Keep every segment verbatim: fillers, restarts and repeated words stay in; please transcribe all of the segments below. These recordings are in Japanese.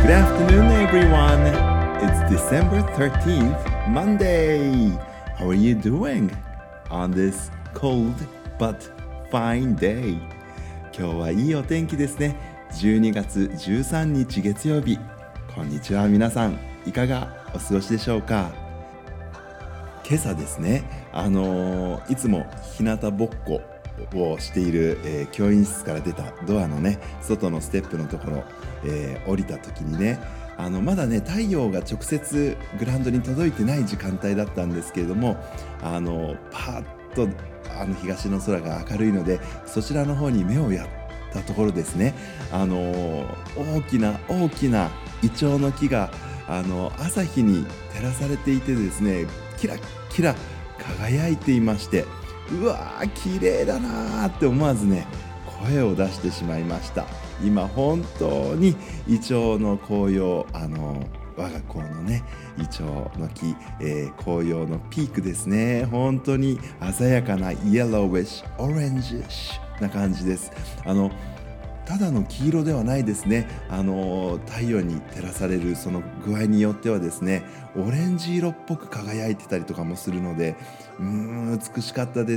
Good afternoon, everyone. It's December thirteenth, Monday. How are you doing on this cold but fine day? 今日はいいお天気ですね。じゅうにがつじゅうさんにち月曜日。こんにちは、皆さん。いかがお過ごしでしょうか？今朝ですね、あのー、いつも日向ぼっこをしている、えー、教員室から出たドアのね外のステップのところ、えー、降りた時にねあのまだね太陽が直接グラウンドに届いてない時間帯だったんですけれどもあのパーッとあの東の空が明るいのでそちらの方に目をやったところですねあの大きな大きなイチョウの木があの朝日に照らされていてですねキラッキラ輝いていましてうわー綺麗だなーって思わずね声を出してしまいました。今本当にイチョウの紅葉あの我が校のねイチョウの木、えー、紅葉のピークですね。本当に鮮やかなイエローウィッシュオレンジッシュな感じです。あのただの黄色ではないですね。あの太陽に照らされるその具合によってはですねオレンジ色っぽく輝いてたりとかもするのでうーん美しかったです、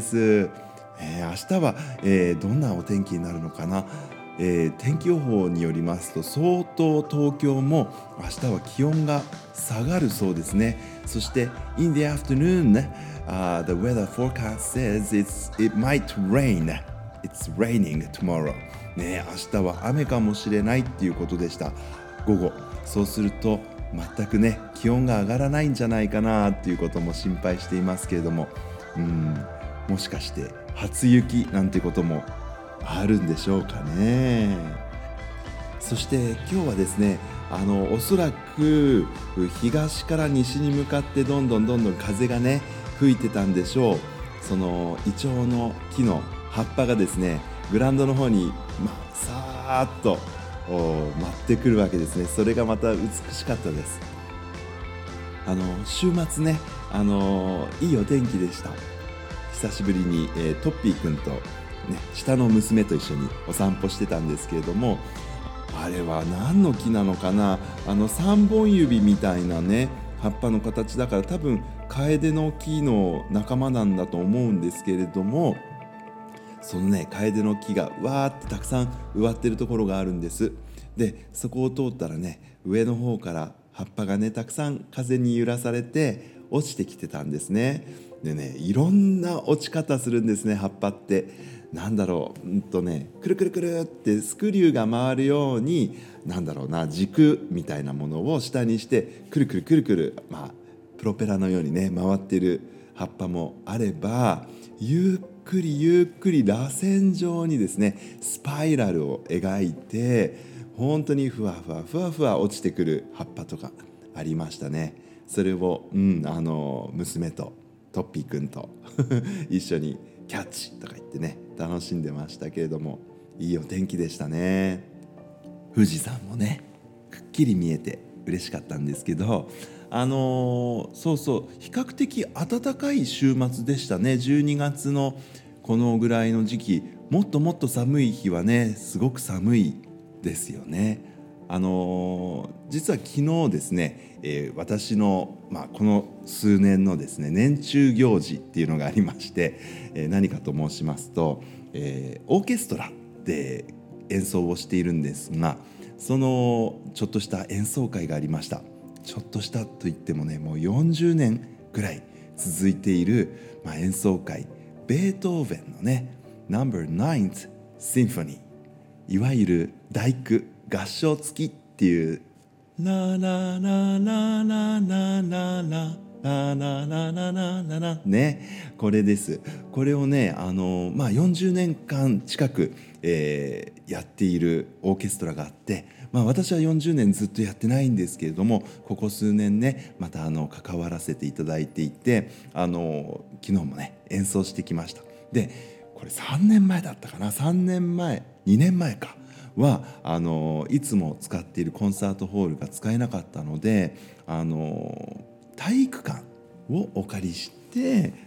えー、明日は、えー、どんなお天気になるのかな、えー、天気予報によりますと相当東京も明日は気温が下がるそうですね。そして In the afternoon、uh, the weather forecast says it's, it might rain It's raining tomorrow ね、明日は雨かもしれないっていうことでした午後。そうすると全くね気温が上がらないんじゃないかなっていうことも心配していますけれどもうんもしかして初雪なんてこともあるんでしょうかね。そして今日はですねあのおそらく東から西に向かってどんどんどんどん風がね吹いてたんでしょう。そのイチョウの木の葉っぱがですねグラウンドの方に、まあ、さーっと舞ってくるわけですね。それがまた美しかったです。あの週末ねあのいいお天気でした。久しぶりに、えー、トッピーくんと、ね、下の娘と一緒にお散歩してたんですけれどもあれは何の木なのかなあのさんぼん指みたいなね葉っぱの形だから多分カエデの木の仲間なんだと思うんですけれどもそのねカエデの木がわーってたくさん植わってるところがあるんです。でそこを通ったらね上の方から葉っぱがねたくさん風に揺らされて落ちてきてたんですね。でねいろんな落ち方するんですね葉っぱって。なんだろううんとねくるくるくるってスクリューが回るようになんだろうな軸みたいなものを下にしてくるくるくるくるまあプロペラのようにね回ってる葉っぱもあればゆっゆっくりゆっくり螺旋状にですねスパイラルを描いて本当にふわふわふわふわ落ちてくる葉っぱとかありましたね。それを、うん、あの娘とトッピーくんと一緒にキャッチとか言ってね楽しんでましたけれどもいいお天気でしたね。富士山もねくっきり見えて嬉しかったんですけどあのー、そうそう比較的暖かい週末でしたね。じゅうにがつのこのぐらいの時期もっともっと寒い日はねすごく寒いですよね。あのー、実は昨日ですね、えー、私の、まあ、この数年のですね年中行事っていうのがありまして、えー、何かと申しますと、えー、オーケストラで演奏をしているんですがそのちょっとした演奏会がありました。ちょっとしたといってもねもうよんじゅうねんぐらい続いている、まあ、演奏会ベートーベンのね ナンバーナインス Symphony いわゆる第九合唱付きっていうラララララララララララララララねこれです。これをねあの、まあ、よんじゅうねんかん近く、えー、やっているオーケストラがあってまあ、私はよんじゅうねんずっとやってないんですけれどもここ数年ねまたあの関わらせていただいていてあの昨日もね演奏してきました。でこれさんねんまえだったかなさんねんまえにねんまえかはあのいつも使っているコンサートホールが使えなかったのであの体育館をお借りして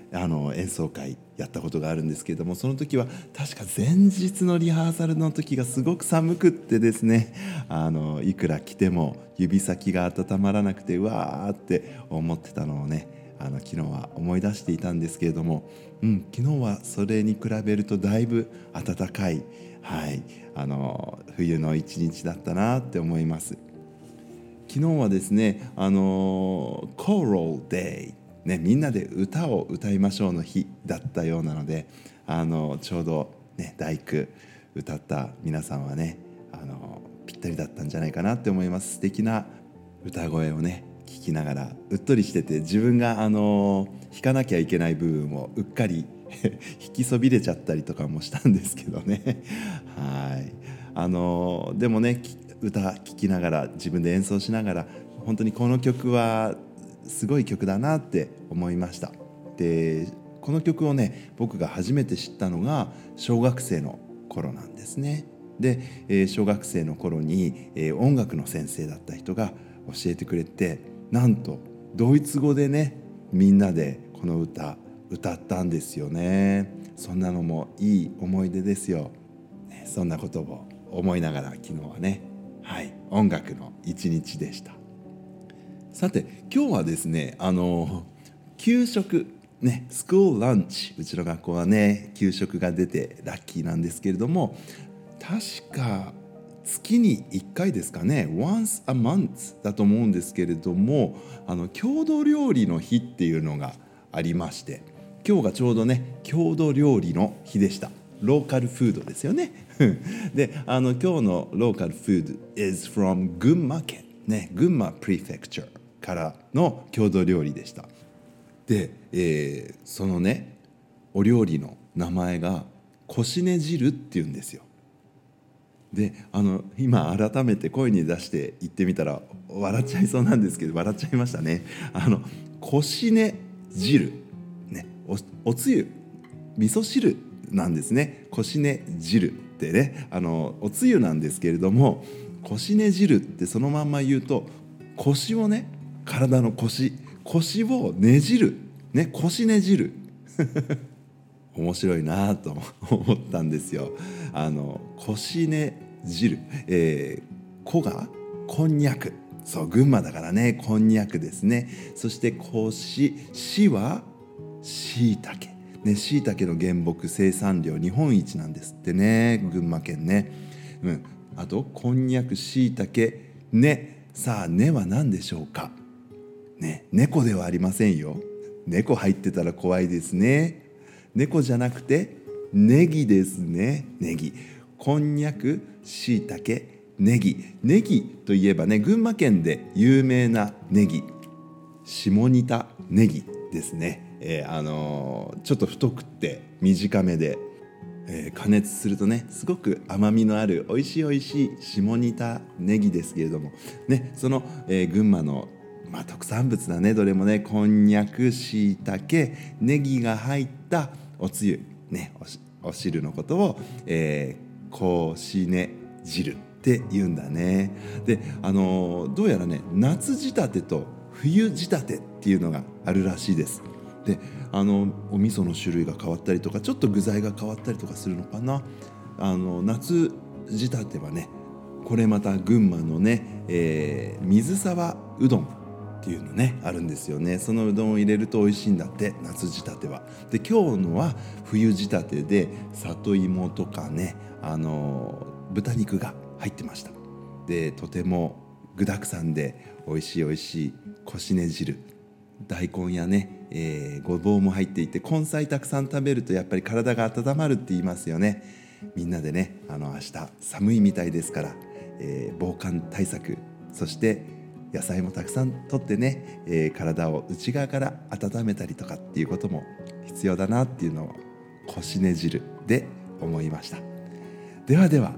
あの演奏会やったことがあるんですけれども、その時は確か前日のリハーサルの時がすごく寒くってですね、あのいくら着ても指先が温まらなくてうわーって思ってたのをね、あの昨日は思い出していたんですけれども、うん、昨日はそれに比べるとだいぶ暖かい、はい、あの冬の一日だったなって思います。昨日はですね、あのコーラルデイね、みんなで歌を歌いましょうの日だったようなので、あのちょうど、ね、第九歌った皆さんはね、あのぴったりだったんじゃないかなって思います。素敵な歌声をね聞きながらうっとりしてて、自分があの弾かなきゃいけない部分をうっかり弾きそびれちゃったりとかもしたんですけどねはいあのでもね歌聴きながら自分で演奏しながら、本当にこの曲はすごい曲だなって思いました。でこの曲をね僕が初めて知ったのが小学生の頃なんですね。で、えー、小学生の頃に、えー、音楽の先生だった人が教えてくれて、なんとドイツ語でねみんなでこの歌歌ったんですよね。そんなのもいい思い出ですよ。そんなことを思いながら昨日はね、はい、音楽の一日でした。さて今日はですね、あの給食ね、スクールランチ、うちの学校はね給食が出てラッキーなんですけれども、確か月にいっかいですかね、 once a month だと思うんですけれども、あの郷土料理の日っていうのがありまして、今日がちょうどね郷土料理の日でした。ローカルフードですよねで、あの今日のローカルフード is from 群馬県ね、群馬プリフェクチャーからの郷土料理でした。で、えー、そのねお料理の名前がこしね汁っていうんですよ。で、あの今改めて声に出して言ってみたら笑っちゃいそうなんですけど、笑っちゃいましたね。あのこしね汁、ね、お, おつゆ味噌汁なんですね。こしね汁ってね、あのおつゆなんですけれども、こしね汁ってそのまんま言うと腰をね、体の腰腰をねじるね、腰ねじる面白いなと思ったんですよ。あの腰ね汁、えー、こがこんにゃく、そう群馬だからねこんにゃくですね。そして腰しはしいたけね、しいたけの原木生産量日本一なんですってね、群馬県ね。うん、あとこんにゃく、しいたけ、ね、さあねは何でしょうかね。猫ではありませんよ。猫入ってたら怖いですね。猫じゃなくてネギですね。ネギ、こんにゃく、しいたけ、ネギ。ネギといえばね、群馬県で有名なネギ、下仁田ネギですね。えーあのー、ちょっと太くって短めで、えー、加熱するとねすごく甘みのあるおいしいおいしい下仁田ネギですけれどもね、その、えー、群馬の、まあ、特産物だね、どれもね、こんにゃく、しいたけ、ネギが入ったおつゆ、ね、お, お汁のことを、えー、こしね汁って言うんだね。で、あのー、どうやらね夏仕立てと冬仕立てっていうのがあるらしいです。で、あのお味噌の種類が変わったりとか、ちょっと具材が変わったりとかするのかな。あの夏仕立てはね、これまた群馬のね、えー、水沢うどんっていうのねあるんですよね。そのうどんを入れると美味しいんだって、夏仕立ては。で、今日のは冬仕立てで里芋とかね、あの豚肉が入ってました。で、とても具沢山で美味しい美味しいこしね汁、大根やね、えー、ごぼうも入っていて、根菜たくさん食べるとやっぱり体が温まるって言いますよね。みんなでね、あの明日寒いみたいですから、えー、防寒対策、そして野菜もたくさんとってね、えー、体を内側から温めたりとかっていうことも必要だなっていうのをこしね汁で思いました。ではでは、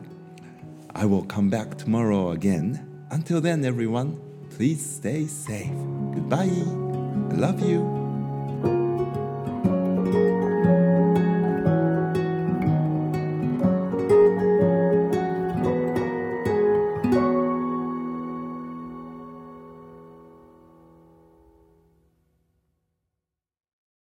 I will come back tomorrow again. Until then everyone, please stay safe. Goodbye. I love you.